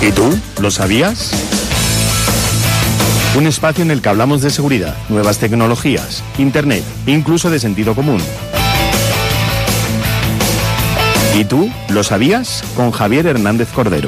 ¿Y tú? ¿Lo sabías? Un espacio en el que hablamos de seguridad, nuevas tecnologías, internet, incluso de sentido común. ¿Y tú? ¿Lo sabías? Con Javier Hernández Cordero.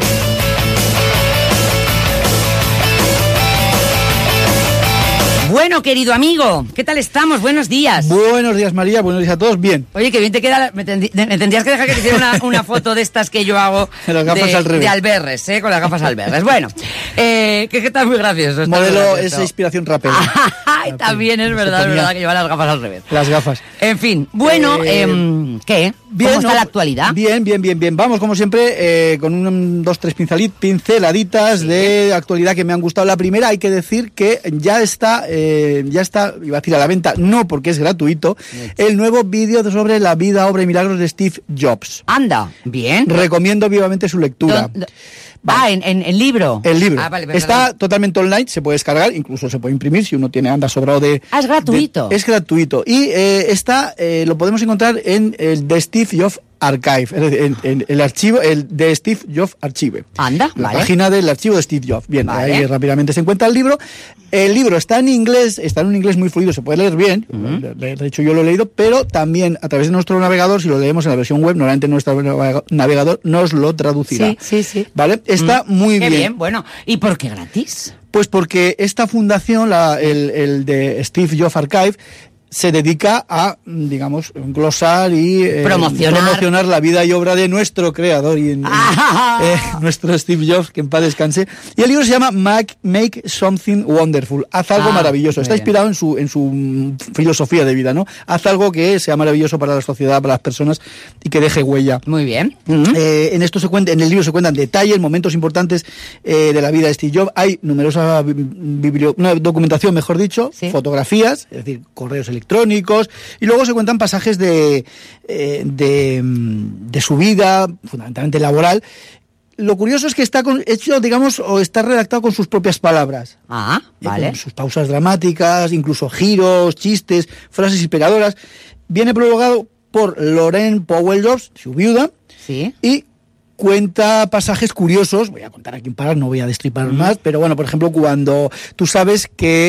Bueno, querido amigo, ¿qué tal estamos? Buenos días. Buenos días, María, buenos días a toos. Bien. Oye, que bien te queda. Me tendrías que dejar que te hiciera una foto de estas que yo hago las gafas al revés. De Alberres, con las gafas Alberres. Bueno, que está muy gracioso. Modelo es inspiración rapera. También es verdad que lleva las gafas al revés. Las gafas. En fin, bueno, ¿qué? Bien, ¿Cómo está la actualidad? Bien. Vamos, como siempre, con 2, 3 pinceladitas de actualidad que me han gustado. La primera, hay que decir que ya está, iba a decir a la venta, no porque es gratuito, el nuevo vídeo sobre la vida, obra y milagros de Steve Jobs. Anda, bien. Recomiendo vivamente su lectura. Vale. En libro. El libro. Vale, está totalmente online, se puede descargar, incluso se puede imprimir si uno anda sobrado de... Es gratuito. Es gratuito. Y lo podemos encontrar en el The Steve Jobs Archive, es decir, en el archivo, el de Steve Jobs Archive. Anda, la página del archivo de Steve Jobs. Bien, ahí rápidamente se encuentra el libro. El libro está en inglés, está en un inglés muy fluido, se puede leer bien, de hecho yo lo he leído, pero también a través de nuestro navegador, si lo leemos en la versión web, normalmente nuestro navegador nos lo traducirá. Sí. ¿Vale? Está muy bien. Qué bien, bueno. ¿Y por qué gratis? Pues porque esta fundación, el de Steve Jobs Archive, se dedica a, digamos, glosar y promocionar la vida y obra de nuestro creador y nuestro Steve Jobs, que en paz descanse. Y el libro se llama Make Something Wonderful. Haz algo maravilloso. Está inspirado en su filosofía de vida, ¿no? Haz algo que sea maravilloso para la sociedad, para las personas y que deje huella. Muy bien. En el libro se cuentan detalles, momentos importantes de la vida de Steve Jobs. Hay numerosa documentación, mejor dicho, fotografías, es decir, correos electrónicos, y luego se cuentan pasajes de su vida, fundamentalmente laboral. Lo curioso es que está hecho, digamos, o está redactado con sus propias palabras. Vale. Con sus pausas dramáticas, incluso giros, chistes, frases inspiradoras. Viene prologado por Lorraine Powell Jobs, su viuda, y cuenta pasajes curiosos. Voy a contar aquí un par, no voy a destripar más, pero bueno, por ejemplo, cuando tú sabes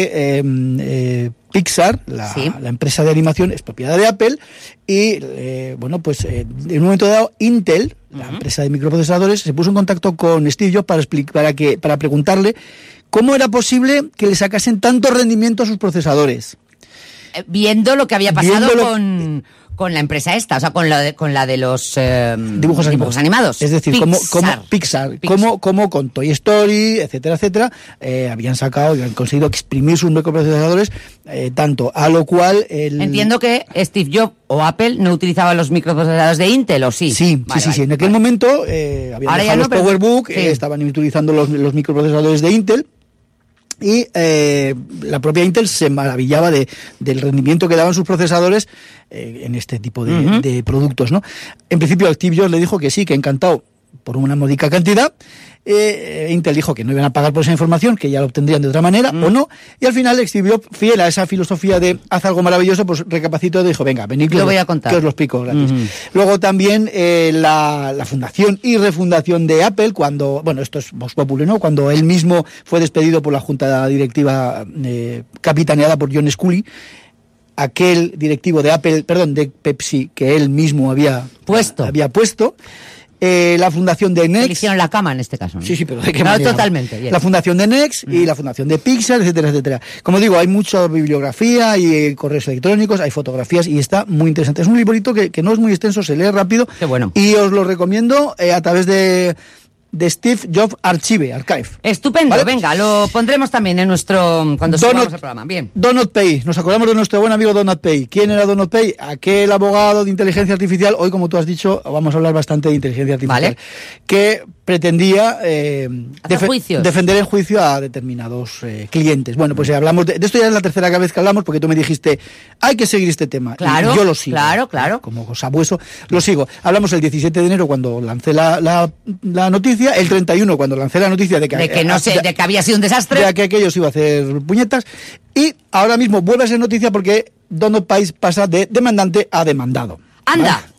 que Pixar, la empresa de animación, es propiedad de Apple, y en un momento dado Intel, la empresa de microprocesadores, se puso en contacto con Steve Jobs para preguntarle cómo era posible que le sacasen tanto rendimiento a sus procesadores. Viendo lo que había pasado con la empresa esta, o sea, con la de los dibujos animados. Es decir, Pixar. Como con Toy Story, etcétera, habían conseguido exprimir sus microprocesadores tanto, a lo cual... Entiendo que Steve Jobs o Apple no utilizaban los microprocesadores de Intel, ¿o sí? Sí. En aquel momento habían dejado los PowerBook, estaban utilizando los microprocesadores de Intel. Y la propia Intel se maravillaba del rendimiento que daban sus procesadores en este tipo de productos, ¿no? En principio Steve Jobs le dijo que sí, que encantado por una módica cantidad. Intel dijo que no iban a pagar por esa información, que ya lo obtendrían de otra manera, o no, y al final Steve Jobs, fiel a esa filosofía de haz algo maravilloso, pues recapacitó y dijo, venga, venid que os lo explico gratis. Luego también la fundación y refundación de Apple, cuando, bueno, esto es Vox Populi, ¿no? Cuando él mismo fue despedido por la junta directiva capitaneada por John Sculley, aquel directivo de Pepsi, que él mismo había puesto. La fundación de Next. Le hicieron la cama en este caso, ¿no? Sí, pero ¿de qué manera? Totalmente. Bien. La fundación de Next y la fundación de Pixar, etcétera. Como digo, hay mucha bibliografía y correos electrónicos, hay fotografías y está muy interesante. Es un librito que no es muy extenso, se lee rápido. Qué bueno. Y os lo recomiendo a través de Steve Jobs Archive. Estupendo, ¿vale? Venga, lo pondremos también en cuando subamos el programa. Bien. Donald Pay, nos acordamos de nuestro buen amigo Donald Pay. ¿Quién era Donald Pay? Aquel abogado de inteligencia artificial. Hoy, como tú has dicho, vamos a hablar bastante de inteligencia artificial. ¿Vale? Que pretendía defender en juicio a determinados clientes. Bueno, pues hablamos de esto, ya es la tercera vez que hablamos, porque tú me dijiste, hay que seguir este tema. Claro, y yo lo sigo. Claro. Como sabueso, lo sigo. Hablamos el 17 de enero cuando lancé la noticia, el 31 cuando lancé la noticia de que había sido un desastre, de que aquello se iba a hacer puñetas, y ahora mismo vuelve a ser noticia porque Donald Pay pasa de demandante a demandado. Anda.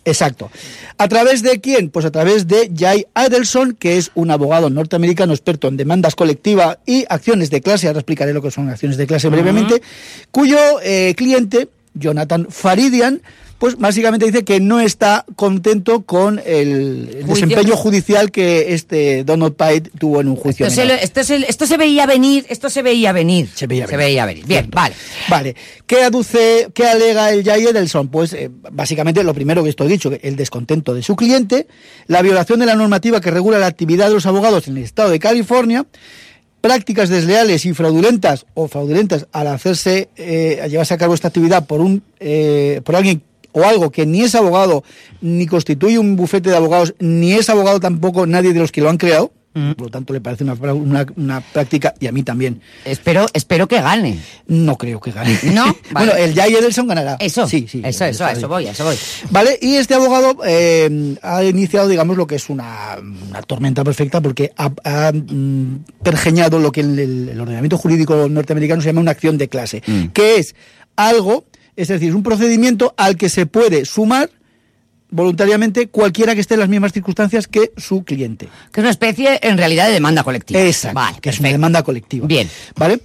Exacto. ¿A través de quién? Pues a través de Jay Edelson, que es un abogado norteamericano experto en demandas colectivas y acciones de clase. Ahora explicaré lo que son acciones de clase brevemente, cuyo cliente, Jonathan Faridian, pues básicamente dice que no está contento con el desempeño judicial que Donald Pate tuvo en un juicio. Esto se veía venir. Se veía venir. Bien, vale. ¿Qué alega el Jay Edelson? Pues básicamente lo primero que esto he dicho, el descontento de su cliente, la violación de la normativa que regula la actividad de los abogados en el estado de California, prácticas desleales y fraudulentas al hacerse, a llevarse a cabo esta actividad por alguien o algo que ni es abogado, ni constituye un bufete de abogados, ni es abogado tampoco nadie de los que lo han creado. Por lo tanto, le parece una práctica, y a mí también. Espero que gane. No creo que gane. ¿No? Vale. Bueno, el Jay Edelson ganará. Eso. Sí. A eso voy. Vale, y este abogado ha iniciado, digamos, lo que es una tormenta perfecta, porque ha pergeñado lo que en el ordenamiento jurídico norteamericano se llama una acción de clase, que es algo, es decir, un procedimiento al que se puede sumar voluntariamente cualquiera que esté en las mismas circunstancias que su cliente. Que es una especie, en realidad, de demanda colectiva. Exacto, vale, que es una demanda colectiva. Bien. ¿Vale?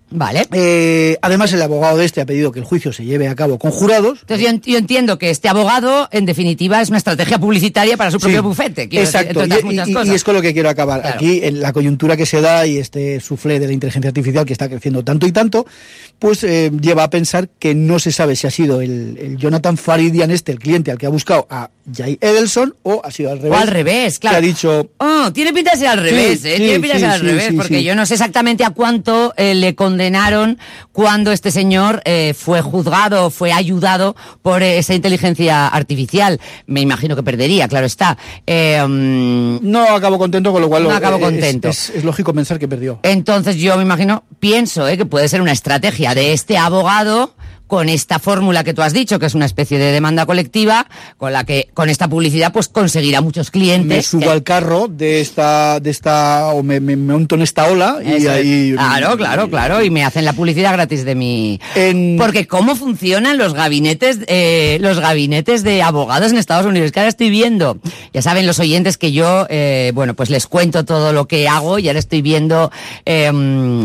Además, el abogado ha pedido que el juicio se lleve a cabo con jurados. Entonces, yo entiendo que este abogado, en definitiva, es una estrategia publicitaria para su propio bufete. Exacto, y es con lo que quiero acabar. Claro. Aquí, en la coyuntura que se da y este suflé de la inteligencia artificial que está creciendo tanto y tanto, pues lleva a pensar que no se sabe si ha sido el Jonathan Faridian el cliente al que ha buscado a Jay Edelson, o ha sido al revés. O al revés, claro. Que ha dicho... tiene pinta de ser al revés, tiene pinta de ser al revés, porque yo no sé exactamente a cuánto le condenaron cuando este señor fue juzgado, fue ayudado por esa inteligencia artificial. Me imagino que perdería, claro está. No acabo contento, con lo cual... No acabo contento. Es lógico pensar que perdió. Entonces yo pienso que puede ser una estrategia de este abogado, con esta fórmula que tú has dicho, que es una especie de demanda colectiva, con la que, con esta publicidad, pues conseguirá muchos clientes. Me subo al carro de esta, o me monto en esta ola, y ahí... Claro, y me hacen la publicidad gratis de mi... Porque cómo funcionan los gabinetes de abogados en Estados Unidos, que ahora estoy viendo, ya saben los oyentes que yo, pues les cuento todo lo que hago, y ahora estoy viendo no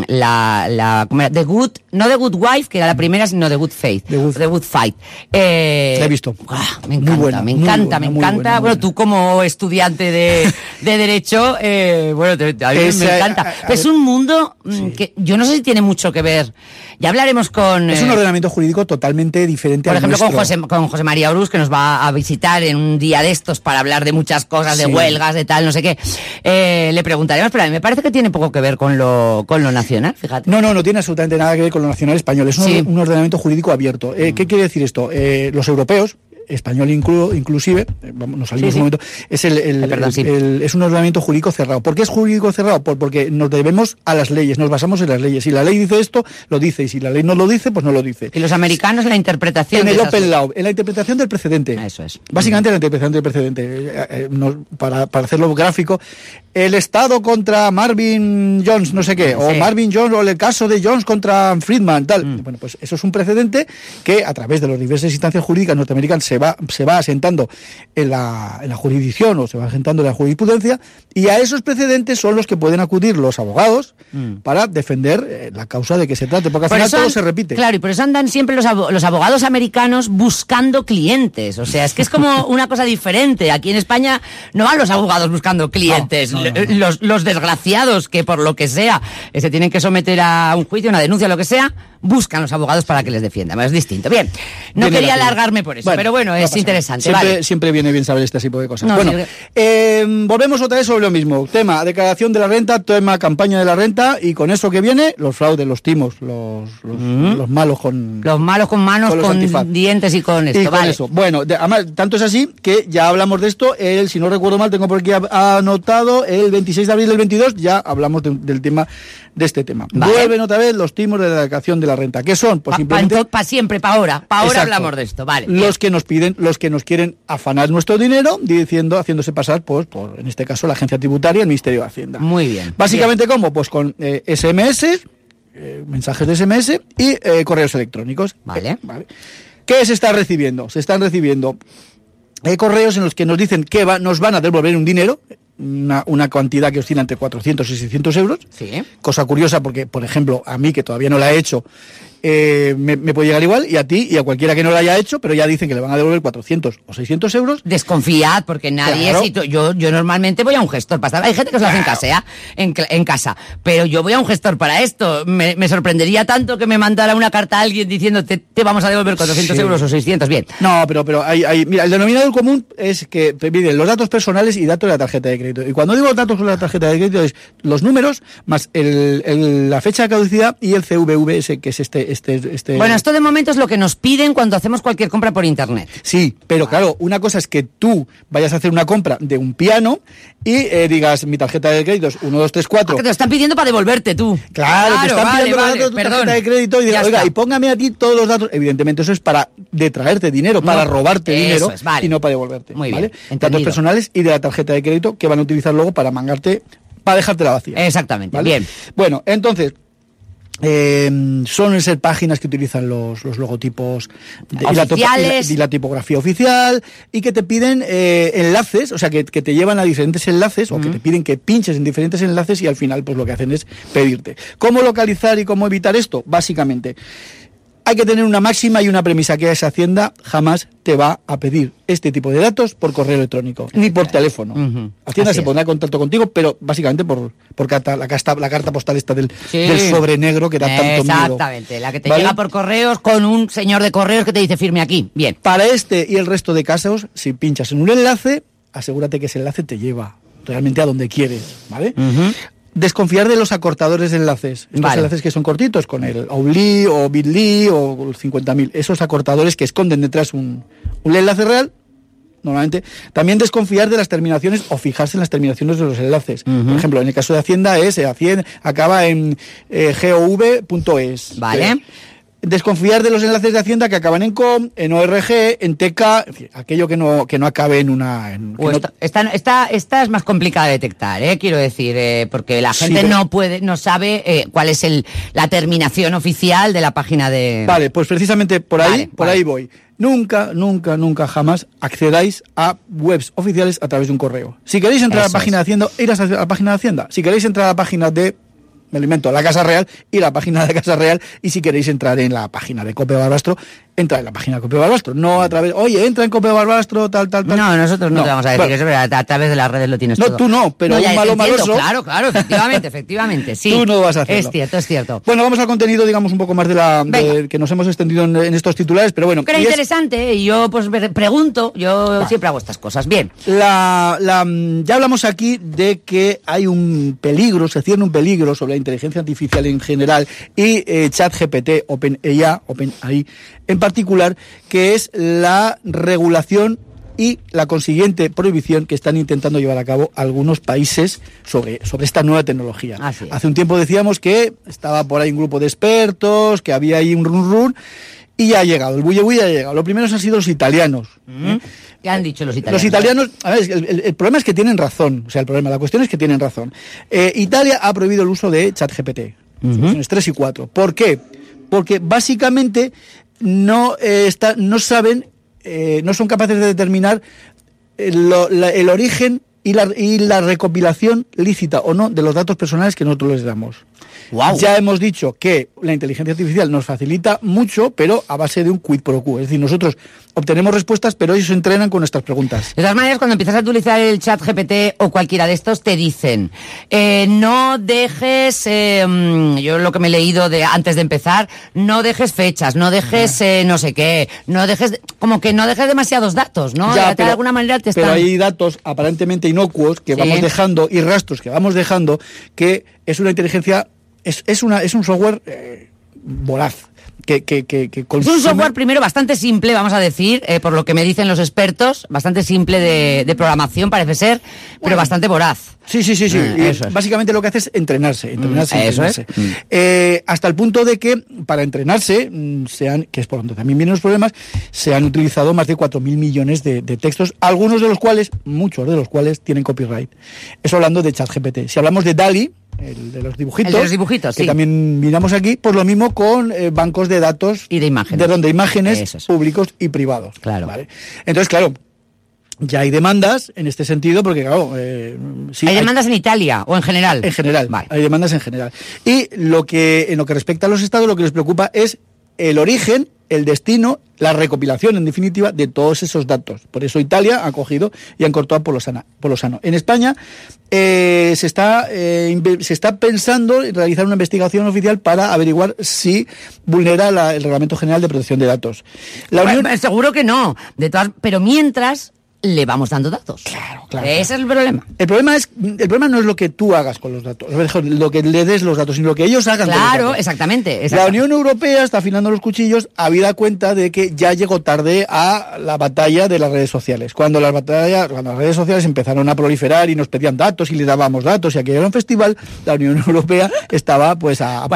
The Good Wife, que era la primera, sino The Good Faith, The Good Fight. La he visto. Me encanta. Buena. Bueno, tú como estudiante de Derecho, a mí me encanta. Es un mundo que yo no sé si tiene mucho que ver. Ya hablaremos con... Es un ordenamiento jurídico totalmente diferente. Por ejemplo, con José María Orús, que nos va a visitar en un día de estos para hablar de muchas cosas, de huelgas, de tal, no sé qué. Le preguntaremos, pero a mí me parece que tiene poco que ver con lo nacional, fíjate. No tiene absolutamente nada que ver con lo nacional español. Es un ordenamiento jurídico abierto. ¿Qué quiere decir esto? Los europeos, español inclusive, nos salimos un momento, es es un ordenamiento jurídico cerrado. ¿Por qué es jurídico cerrado? Porque nos debemos a las leyes, nos basamos en las leyes. Si la ley dice esto, lo dice, y si la ley no lo dice, pues no lo dice. Y los americanos, la interpretación en el open law, en la interpretación del precedente. Eso es. Básicamente la interpretación del precedente. Para hacerlo gráfico, el Estado contra Marvin Jones, no sé qué, o Marvin Jones, o el caso de Jones contra Friedman, tal. Bueno, pues eso es un precedente que a través de las diversas instancias jurídicas norteamericanas se va asentando en la jurisdicción, o se va asentando en la jurisprudencia, y a esos precedentes son los que pueden acudir los abogados para defender la causa de que se trate, porque al final todo se repite. Claro, y por eso andan siempre los abogados americanos buscando clientes. O sea, es que es como una cosa diferente. Aquí en España no van los abogados buscando clientes. No. Los desgraciados que por lo que sea se tienen que someter a un juicio, una denuncia, lo que sea, buscan los abogados para que les defiendan. Es distinto. Bien, no quería alargarme por eso, pero bueno, es interesante. Siempre viene bien saber este tipo de cosas. Volvemos otra vez sobre lo mismo. Tema declaración de la renta, tema campaña de la renta, y con eso que viene, los fraudes, los timos, los malos con... Los malos con manos, con dientes y con esto. Con eso. Bueno, además, tanto es así que ya hablamos de esto, si no recuerdo mal, tengo por aquí anotado, el 26 de abril del 22, ya hablamos del tema, de este tema. Vuelven otra vez los timos de la declaración de la renta. ¿Qué son? Pues simplemente... Para siempre, para ahora. Para ahora hablamos de esto, vale. Los que nos piden, los que nos quieren afanar nuestro dinero, haciéndose pasar, pues, por, en este caso, la Agencia Tributaria, el Ministerio de Hacienda. Muy bien. Básicamente, bien. ¿Cómo? Pues con SMS, mensajes de SMS y correos electrónicos. Vale. ¿Qué se está recibiendo? Se están recibiendo correos en los que nos dicen que nos van a devolver un dinero, una cantidad que oscila entre 400 y 600 euros. Sí. Cosa curiosa porque, por ejemplo, a mí, que todavía no la he hecho, me puede llegar igual, y a ti y a cualquiera que no la haya hecho, pero ya dicen que le van a devolver 400 o 600 euros. Desconfiad, porque nadie... Claro. Yo normalmente voy a un gestor para hay gente que se lo hace en casa, pero yo voy a un gestor para esto. Me sorprendería tanto que me mandara una carta a alguien diciendo te vamos a devolver 400 euros o 600, bien. No, pero mira, el denominador común es que te piden los datos personales y datos de la tarjeta de crédito. Y cuando digo datos de la tarjeta de crédito es los números más la fecha de caducidad y el CVV, que es este. Bueno, esto de momento es lo que nos piden cuando hacemos cualquier compra por internet. Sí, pero claro, una cosa es que tú vayas a hacer una compra de un piano y digas, mi tarjeta de crédito es 1, 2, 3, 4. Que te lo están pidiendo para devolverte tú. Claro, te están pidiendo los datos de tu tarjeta de crédito y digas, oiga, y póngame a ti todos los datos. Evidentemente eso es para detraerte dinero, para robarte dinero, y no para devolverte. Muy ¿vale? bien, datos personales y de la tarjeta de crédito que van a utilizar luego para dejártela vacía. Exactamente, ¿vale? Bien. Bueno, entonces... suelen ser páginas que utilizan los logotipos oficiales y la tipografía oficial, y que te piden enlaces, o sea que te llevan a diferentes enlaces, o que te piden que pinches en diferentes enlaces, y al final pues lo que hacen es pedirte. ¿Cómo localizar y cómo evitar esto? Básicamente hay que tener una máxima y una premisa, que esa Hacienda jamás te va a pedir este tipo de datos por correo electrónico, ni por teléfono. Hacienda se pondrá en contacto contigo, pero básicamente por carta, la carta postal esta del sobre negro que da tanto miedo. Exactamente, la que te llega por correos con un señor de correos que te dice firme aquí. Bien. Para este y el resto de casos, si pinchas en un enlace, asegúrate que ese enlace te lleva realmente a donde quieres, ¿vale? Desconfiar de los acortadores de enlaces. Estos enlaces que son cortitos, con el Oubli o Bitly o 50.000. Esos acortadores que esconden detrás un enlace real, normalmente. También desconfiar de las terminaciones o fijarse en las terminaciones de los enlaces. Por ejemplo, en el caso de Hacienda acaba en gov.es. Vale. Desconfiar de los enlaces de Hacienda que acaban en com, en org, en tk, en fin, aquello que no acabe en una... Esta es más complicada de detectar, quiero decir, porque la gente no sabe cuál es la terminación oficial de la página de... Vale, pues precisamente por ahí voy. Nunca, jamás accedáis a webs oficiales a través de un correo. Si queréis entrar a la página de Hacienda, ir a la página de Hacienda. Si queréis entrar a la página de... me lo invento, la Casa Real y la página de Casa Real, y si queréis entrar en la página de Copio Barbastro, entra en la página de Copio Barbastro, no a través, oye, entra en Copio Barbastro, tal. No, nosotros no te vamos a decir eso, pero a través de las redes lo tienes todo. No, tú no, pero un malo maloso. Claro, efectivamente, sí. Tú no vas a hacerlo. Es cierto. Bueno, vamos al contenido, digamos, un poco más de que nos hemos extendido en estos titulares, pero bueno. Pero interesante, y yo pues pregunto, siempre hago estas cosas. Bien. Ya hablamos aquí de que hay un peligro, se cierne un peligro sobre la inteligencia artificial en general y ChatGPT, OpenAI en particular, que es la regulación y la consiguiente prohibición que están intentando llevar a cabo algunos países sobre esta nueva tecnología. Hace un tiempo decíamos que estaba por ahí un grupo de expertos, que había ahí un run, y ya ha llegado, el bulle ha llegado. Lo primero han sido los italianos. ¿Qué han dicho los italianos? Los italianos, a ver, el problema es que tienen razón, la cuestión es que tienen razón. Italia ha prohibido el uso de ChatGPT, soluciones 3 y 4. ¿Por qué? Porque básicamente no saben, no son capaces de determinar el origen y la recopilación lícita o no de los datos personales que nosotros les damos. Wow. Ya hemos dicho que la inteligencia artificial nos facilita mucho, pero a base de un quid pro quo. Es decir, nosotros obtenemos respuestas, pero ellos se entrenan con nuestras preguntas. De todas maneras, cuando empiezas a utilizar el ChatGPT o cualquiera de estos, te dicen, no dejes, yo lo que me he leído antes de empezar, no dejes fechas, no dejes no sé qué, no dejes demasiados datos, ¿no? Ya, de alguna manera te están... Pero hay datos aparentemente inocuos que vamos dejando y rastros que vamos dejando, que es una inteligencia... Es un software voraz. Que consume... Es un software primero bastante simple, vamos a decir, por lo que me dicen los expertos, bastante simple de programación parece ser, pero bastante voraz. Sí. Básicamente lo que hace es entrenarse. Eso es. Hasta el punto de que para entrenarse, que es por donde también vienen los problemas, se han utilizado más de 4.000 millones de textos, muchos de los cuales tienen copyright. Eso hablando de ChatGPT. Si hablamos de DALL-E, el de los dibujitos, que también miramos aquí, pues lo mismo con bancos de datos y de imágenes, imágenes públicos y privados. Claro. ¿Vale? Entonces, claro, Ya hay demandas en este sentido, porque claro... ¿Hay demandas en Italia o en general? En general, vale. Hay demandas en general. Y en lo que respecta a los estados, lo que les preocupa es el origen, el destino, la recopilación, en definitiva, de todos esos datos. Por eso Italia ha cogido y han cortado por lo sano. En España se está pensando en realizar una investigación oficial para averiguar si vulnera el Reglamento General de Protección de Datos. Seguro que no, pero mientras... le vamos dando datos. Claro. Ese es el problema. El problema no es lo que tú hagas con los datos, lo que le des los datos, sino lo que ellos hagan con los datos. Claro, exactamente. La Unión Europea está afilando los cuchillos, habida cuenta de que ya llegó tarde a la batalla de las redes sociales. Cuando las redes sociales empezaron a proliferar y nos pedían datos y le dábamos datos y aquello era un festival, la Unión Europea estaba pues a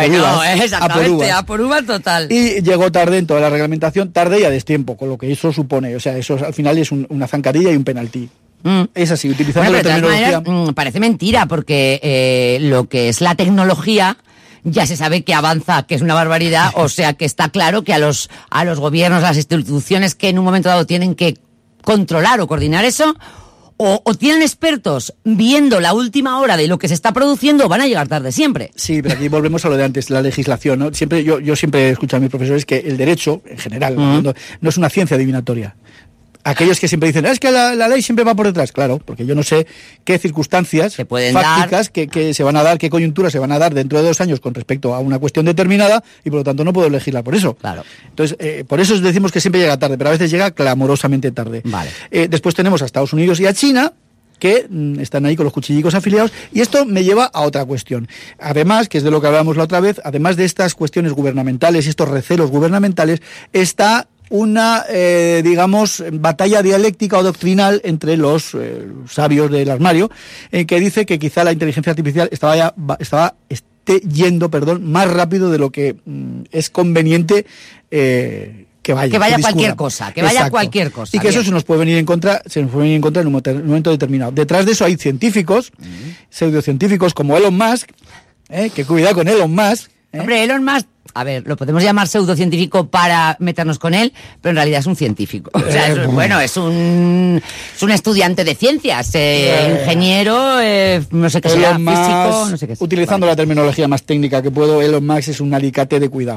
por uvas total. Y llegó tarde en toda la reglamentación, tarde y a destiempo, con lo que eso supone. O sea, eso al final es una zancadilla y un penalti. Es así, utilizando la tecnología. Parece mentira, porque lo que es la tecnología ya se sabe que avanza, que es una barbaridad, o sea que está claro que a los gobiernos, a las instituciones que en un momento dado tienen que controlar o coordinar eso, o tienen expertos viendo la última hora de lo que se está produciendo, van a llegar tarde siempre. Sí, pero aquí volvemos a lo de antes, la legislación, ¿no? Yo siempre he escuchado a mis profesores que el derecho, en general, no es una ciencia adivinatoria. Aquellos que siempre dicen, es que la ley siempre va por detrás. Claro, porque yo no sé qué circunstancias se pueden fácticas que se van a dar, qué coyunturas se van a dar dentro de 2 años con respecto a una cuestión determinada y por lo tanto no puedo legislar por eso. Claro. Entonces, por eso decimos que siempre llega tarde, pero a veces llega clamorosamente tarde. Vale. Después tenemos a Estados Unidos y a China, que están ahí con los cuchillicos afiliados, y esto me lleva a otra cuestión. Además, que es de lo que hablábamos la otra vez, además de estas cuestiones gubernamentales y estos recelos gubernamentales, está una, batalla dialéctica o doctrinal entre los sabios del armario, en que dice que quizá la inteligencia artificial esté yendo más rápido de lo que es conveniente que vaya cualquier cosa, vaya cualquier cosa. Y que eso se nos puede venir en contra en un momento determinado. Detrás de eso hay científicos, pseudocientíficos como Elon Musk, que cuidado con Elon Musk. Hombre, Elon Musk, a ver, lo podemos llamar pseudocientífico para meternos con él, pero en realidad es un científico. O sea, es un estudiante de ciencias, ingeniero, no sé qué será, físico, no sé qué. Utilizando la terminología más técnica que puedo, Elon Musk es un alicate de cuidado.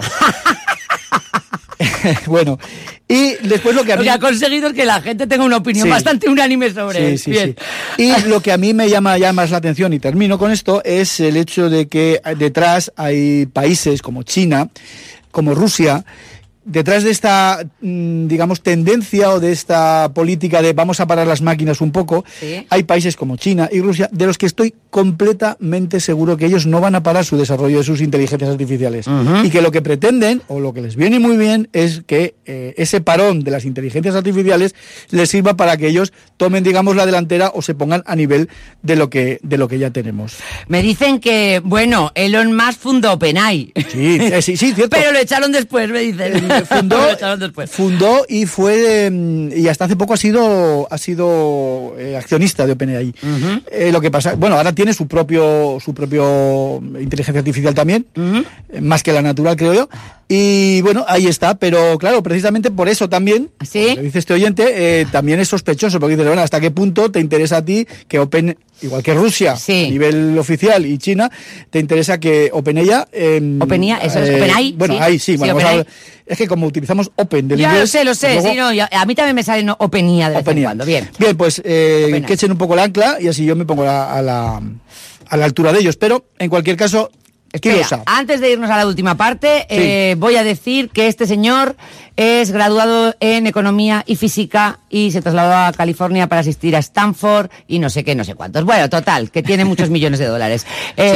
Bueno, y después lo que ha conseguido es que la gente tenga una opinión bastante unánime sobre él. Bien. Y lo que a mí me llama ya más la atención, y termino con esto, es el hecho de que detrás hay países como China, como Rusia. Detrás de esta, tendencia o de esta política de vamos a parar las máquinas un poco, hay países como China y Rusia de los que estoy completamente seguro que ellos no van a parar su desarrollo de sus inteligencias artificiales. Y que lo que pretenden, o lo que les viene muy bien, es que ese parón de las inteligencias artificiales les sirva para que ellos tomen, la delantera o se pongan a nivel de lo que ya tenemos. Me dicen que, Elon Musk fundó OpenAI. Sí, cierto. Pero lo echaron después, me dicen. Fundó y fue y hasta hace poco ha sido accionista de OpenAI. Lo que pasa, ahora tiene su propio inteligencia artificial también, más que la natural, creo yo. Y ahí está, pero claro, precisamente por eso también, como dice este oyente, también es sospechoso, porque dice, ¿hasta qué punto te interesa a ti que igual que Rusia, a nivel oficial, y China, te interesa que OpenAI... OpenAI, eso es OpenAI. Ahí sí, es que como utilizamos Open del inglés... Ya lo sé, luego, a mí también me sale OpenAI de vez en cuando, bien. Bien, pues que echen un poco el ancla y así yo me pongo a la altura de ellos, pero en cualquier caso... Espera, antes de irnos a la última parte, voy a decir que este señor es graduado en Economía y Física y se trasladó a California para asistir a Stanford y no sé qué, no sé cuántos. Bueno, total, que tiene muchos millones de dólares.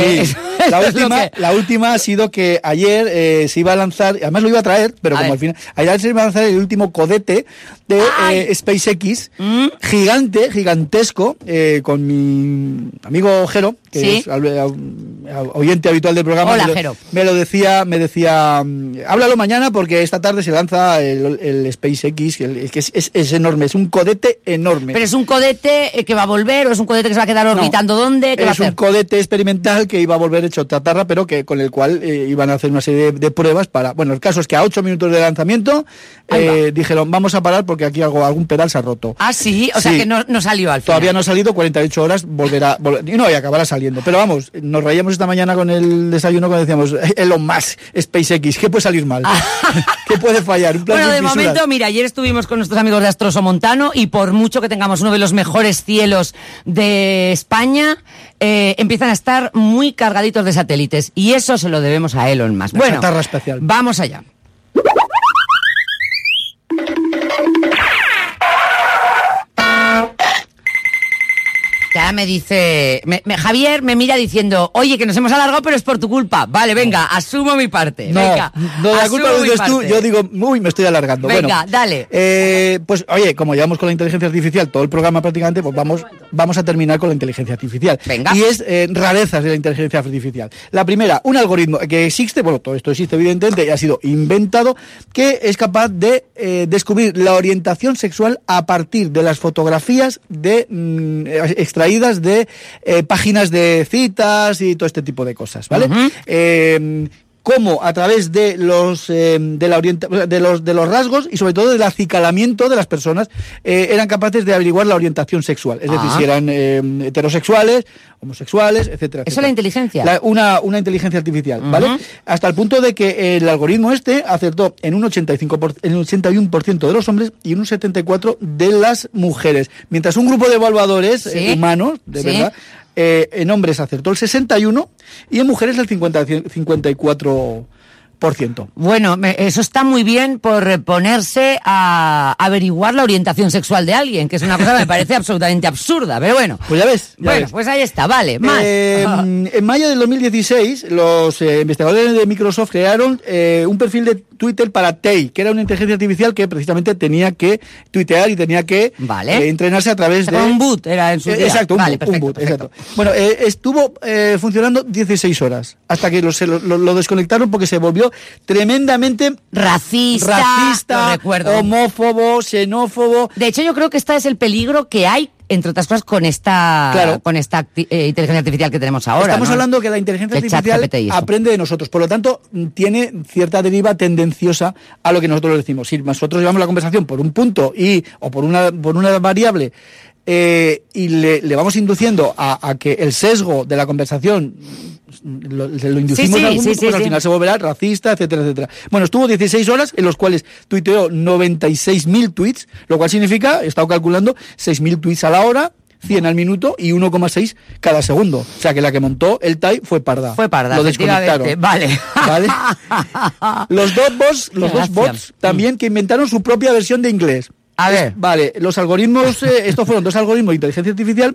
La última ha sido que ayer se iba a lanzar, además lo iba a traer, pero como al final, ayer se iba a lanzar el último cohete de SpaceX, gigantesco, con mi amigo Jero, que es oyente habitual del programa. Hola, Jero. Me decía, háblalo mañana porque esta tarde se lanza lanza el SpaceX, que es enorme, es un cohete enorme. ¿Pero es un cohete que va a volver o es un cohete que se va a quedar orbitando? ¿Dónde? ¿Qué va a hacer? Es un cohete experimental que iba a volver hecho chatarra, pero que con el cual iban a hacer una serie de pruebas para... Bueno, el caso es que a 8 minutos de lanzamiento dijeron, vamos a parar porque aquí algún pedal se ha roto. Ah, sí, o sea que no salió al final. Todavía no ha salido, 48 horas volverá y acabará saliendo. Pero vamos, nos reíamos esta mañana con el desayuno cuando decíamos, Elon Musk, SpaceX, ¿qué puede salir mal? ¿Qué puede fallar? Un plan de momento, mira, ayer estuvimos con nuestros amigos de Astroso Montano y por mucho que tengamos uno de los mejores cielos de España, empiezan a estar muy cargaditos de satélites y eso se lo debemos a Elon Musk. Bueno, especial. Vamos allá. Ya me dice... Javier me mira diciendo, oye, que nos hemos alargado, pero es por tu culpa. Vale, venga, asumo mi parte. Venga, la culpa lo dices tú, yo digo, me estoy alargando. Venga, dale. Pues, oye, como llevamos con la inteligencia artificial todo el programa prácticamente, pues vamos a terminar con la inteligencia artificial. Venga. Y es rarezas de la inteligencia artificial. La primera, un algoritmo que existe, bueno, todo esto existe evidentemente y ha sido inventado, que es capaz de descubrir la orientación sexual a partir de las fotografías extraídas de páginas de citas y todo este tipo de cosas, ¿vale? Uh-huh. Cómo a través de los rasgos y sobre todo del acicalamiento de las personas eran capaces de averiguar la orientación sexual, es decir, si eran heterosexuales, homosexuales, etcétera. ¿Eso es la inteligencia? Una inteligencia artificial, ¿vale? Hasta el punto de que el algoritmo acertó en un 81% de los hombres y en un 74% de las mujeres, mientras un grupo de evaluadores humanos, de verdad, en hombres acertó el 61% y en mujeres el 54%. Bueno, eso está muy bien por ponerse a averiguar la orientación sexual de alguien, que es una cosa que me parece absolutamente absurda, pero bueno. Pues ya ves. Pues ahí está, vale, más. En mayo del 2016, los investigadores de Microsoft crearon un perfil de Twitter para Tay, que era una inteligencia artificial que precisamente tenía que tuitear y tenía que entrenarse a través de... un boot era en su día. Exacto, un boot. Exacto. Bueno, estuvo funcionando 16 horas, hasta que lo desconectaron porque se volvió tremendamente racista, homófobo, xenófobo. De hecho, yo creo que este es el peligro que hay, entre otras cosas, con esta inteligencia artificial que tenemos ahora. Estamos hablando que la inteligencia artificial aprende de nosotros, por lo tanto, tiene cierta deriva tendenciosa a lo que nosotros decimos. Si nosotros llevamos la conversación por un punto o por una variable, y le vamos induciendo a que el sesgo de la conversación lo inducimos a algún punto, pues al final se volverá racista, etcétera, etcétera. Bueno, estuvo 16 horas en los cuales tuiteó 96.000 tweets, lo cual significa, he estado calculando, 6.000 tweets a la hora, 100 al minuto y 1,6 cada segundo. O sea que la que montó el TAI fue parda. Lo desconectaron. Vale. Los dos bots también que inventaron su propia versión de inglés. A ver. Vale, los algoritmos, estos fueron dos algoritmos de inteligencia artificial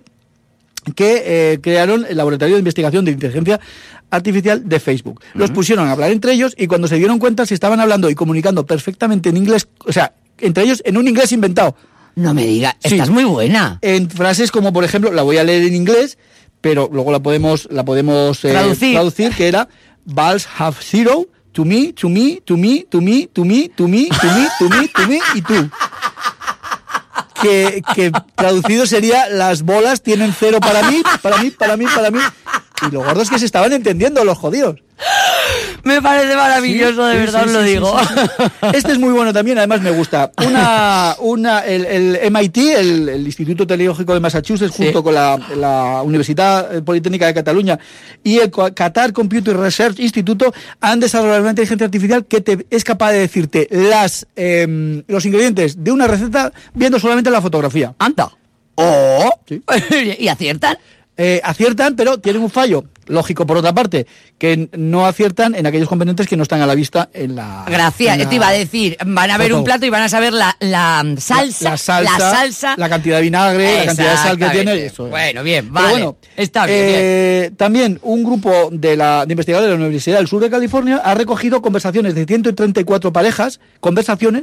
que crearon el laboratorio de investigación de inteligencia artificial de Facebook. Los pusieron a hablar entre ellos y cuando se dieron cuenta se estaban hablando y comunicando perfectamente en inglés, o sea, entre ellos en un inglés inventado. No me digas, esta es muy buena. En frases como, por ejemplo, la voy a leer en inglés, pero luego la podemos traducir, que era balls have zero, to me, to me, to me, to me, to me, to me, to me, to me, to me y tú. Que traducido sería las bolas tienen cero para mí. Y lo gordo es que se estaban entendiendo los jodidos. Me parece maravilloso, de verdad os lo digo. Este es muy bueno también, además me gusta. El MIT, el Instituto Tecnológico de Massachusetts, junto con la Universidad Politécnica de Cataluña y el Qatar Computer Research Institute han desarrollado una inteligencia artificial que es capaz de decirte los ingredientes de una receta viendo solamente la fotografía. ¡Anda! ¿Sí? ¿Y aciertan? Aciertan, pero tienen un fallo lógico por otra parte, que no aciertan en aquellos componentes que no están a la vista en la... Gracias, te iba a decir, van a ver un plato y van a saber la salsa, la cantidad de vinagre, la cantidad de sal que tiene. Eso. Bueno, bien, vale. Pero bueno, está bien. También un grupo de investigadores de la Universidad del Sur de California ha recogido conversaciones de 134 parejas, conversaciones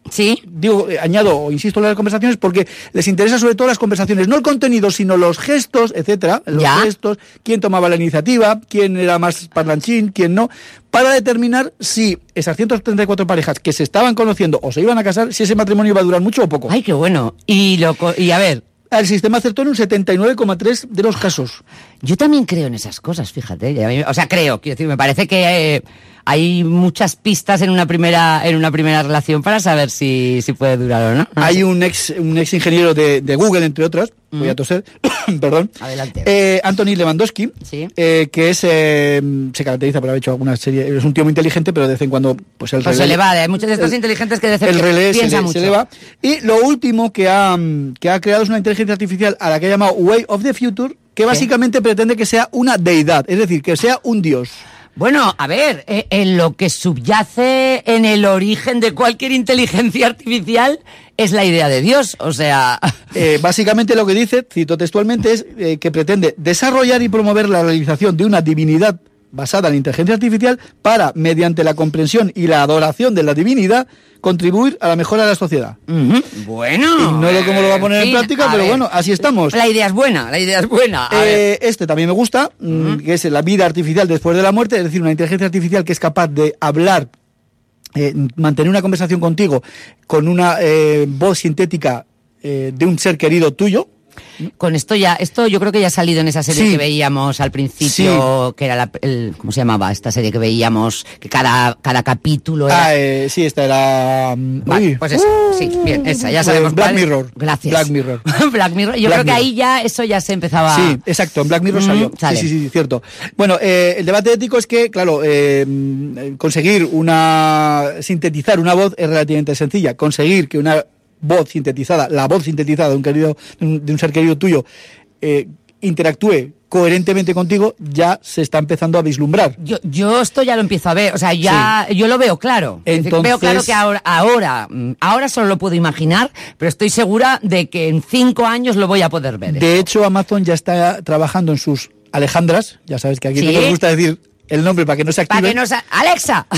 Sí. Digo, añado o insisto en las conversaciones porque les interesa sobre todo las conversaciones, no el contenido, sino los gestos, etcétera. Los gestos, quién tomaba la iniciativa, quién era más parlanchín, quién no, para determinar si esas 134 parejas que se estaban conociendo o se iban a casar, si ese matrimonio iba a durar mucho o poco. Ay, qué bueno. Y a ver... El sistema acertó en un 79,3 de los casos. Yo también creo en esas cosas, fíjate. O sea, quiero decir, me parece que hay muchas pistas en una primera relación para saber si puede durar o no. Hay un ex ingeniero de Google, entre otras, voy a toser, perdón. Adelante. Anthony Lewandowski, ¿sí? Que se caracteriza por haber hecho alguna serie, es un tío muy inteligente, pero de vez en cuando pues el relé, se le va, hay muchos de estos inteligentes que de vez en cuando piensa mucho. Se le va. Y lo último que ha creado es una inteligencia artificial a la que ha llamado Way of the Future, que básicamente pretende que sea una deidad, es decir, que sea un dios. Bueno, a ver, en lo que subyace en el origen de cualquier inteligencia artificial es la idea de Dios, o sea... Básicamente lo que dice, cito textualmente, es que pretende desarrollar y promover la realización de una divinidad basada en la inteligencia artificial para, mediante la comprensión y la adoración de la divinidad, contribuir a la mejora de la sociedad. Uh-huh. Bueno... Ignoro cómo lo va a poner en práctica, pero bueno, así estamos. La idea es buena. Este también me gusta, que es la vida artificial después de la muerte, es decir, una inteligencia artificial que es capaz de hablar, mantener una conversación contigo con una voz sintética de un ser querido tuyo. Con esto yo creo que ya ha salido en esa serie que veíamos al principio, que era ¿cómo se llamaba esta serie que veíamos? Que cada capítulo era... esta era... Vale, pues esa, sí, bien, esa, ya sabemos Black Mirror. Gracias. Black Mirror. Black Mirror. Yo creo que ahí ya eso ya se empezaba... Sí, exacto, en Black Mirror salió. Sí, cierto. Bueno, el debate ético es que, claro, conseguir sintetizar una voz es relativamente sencilla. Conseguir que una voz sintetizada, la voz sintetizada de un ser querido tuyo, interactúe coherentemente contigo, ya se está empezando a vislumbrar. Yo esto ya lo empiezo a ver, o sea, yo lo veo claro. Entonces, veo claro que ahora solo lo puedo imaginar, pero estoy segura de que en 5 años lo voy a poder ver. De hecho, Amazon ya está trabajando en sus Alejandras, ya sabes que aquí no nos gusta decir el nombre para que no se active. ¡Alexa!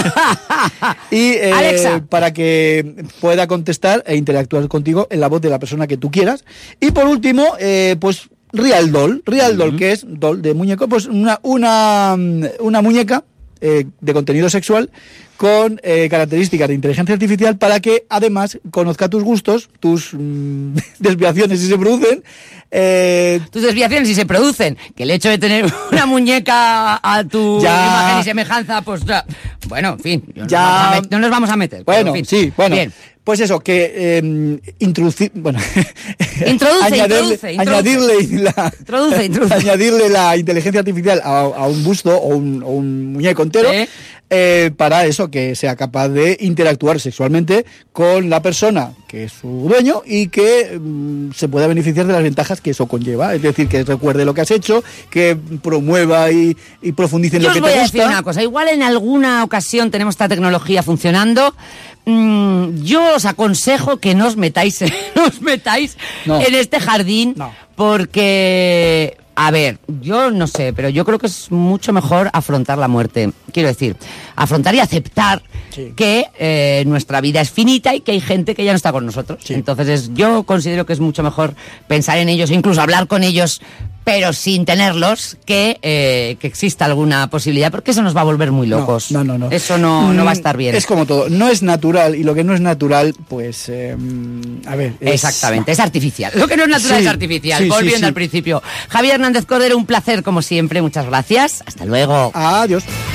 Y Alexa, para que pueda contestar e interactuar contigo en la voz de la persona que tú quieras. Y por último, pues Real Doll, que es doll de muñeco, pues una muñeca de contenido sexual con características de inteligencia artificial para que además conozca tus gustos, tus desviaciones si se producen. Tus desviaciones si se producen, que el hecho de tener una muñeca a tu imagen y semejanza, pues bueno, en fin, no nos vamos a meter. Bueno, en fin. sí, bueno. Bien. Pues eso, que introduce. Añadirle la inteligencia artificial a un busto o un muñeco entero, para eso, que sea capaz de interactuar sexualmente con la persona que es su dueño y que se pueda beneficiar de las ventajas que eso conlleva. Es decir, que recuerde lo que has hecho, que promueva y profundice en lo que te gusta. Yo os voy a decir una cosa, igual en alguna ocasión tenemos esta tecnología funcionando. Yo os aconsejo que no os metáis en este jardín, porque, a ver, yo no sé, pero yo creo que es mucho mejor afrontar la muerte. Quiero decir, afrontar y aceptar que nuestra vida es finita y que hay gente que ya no está con nosotros. Sí. Entonces yo considero que es mucho mejor pensar en ellos, incluso hablar con ellos, pero sin tenerlos, que exista alguna posibilidad, porque eso nos va a volver muy locos. No. Eso no va a estar bien. Es como todo, no es natural, y lo que no es natural, pues, a ver... Exactamente, es artificial. Lo que no es natural es artificial, volviendo al principio. Javier Hernández Cordero, un placer como siempre, muchas gracias. Hasta luego. Adiós.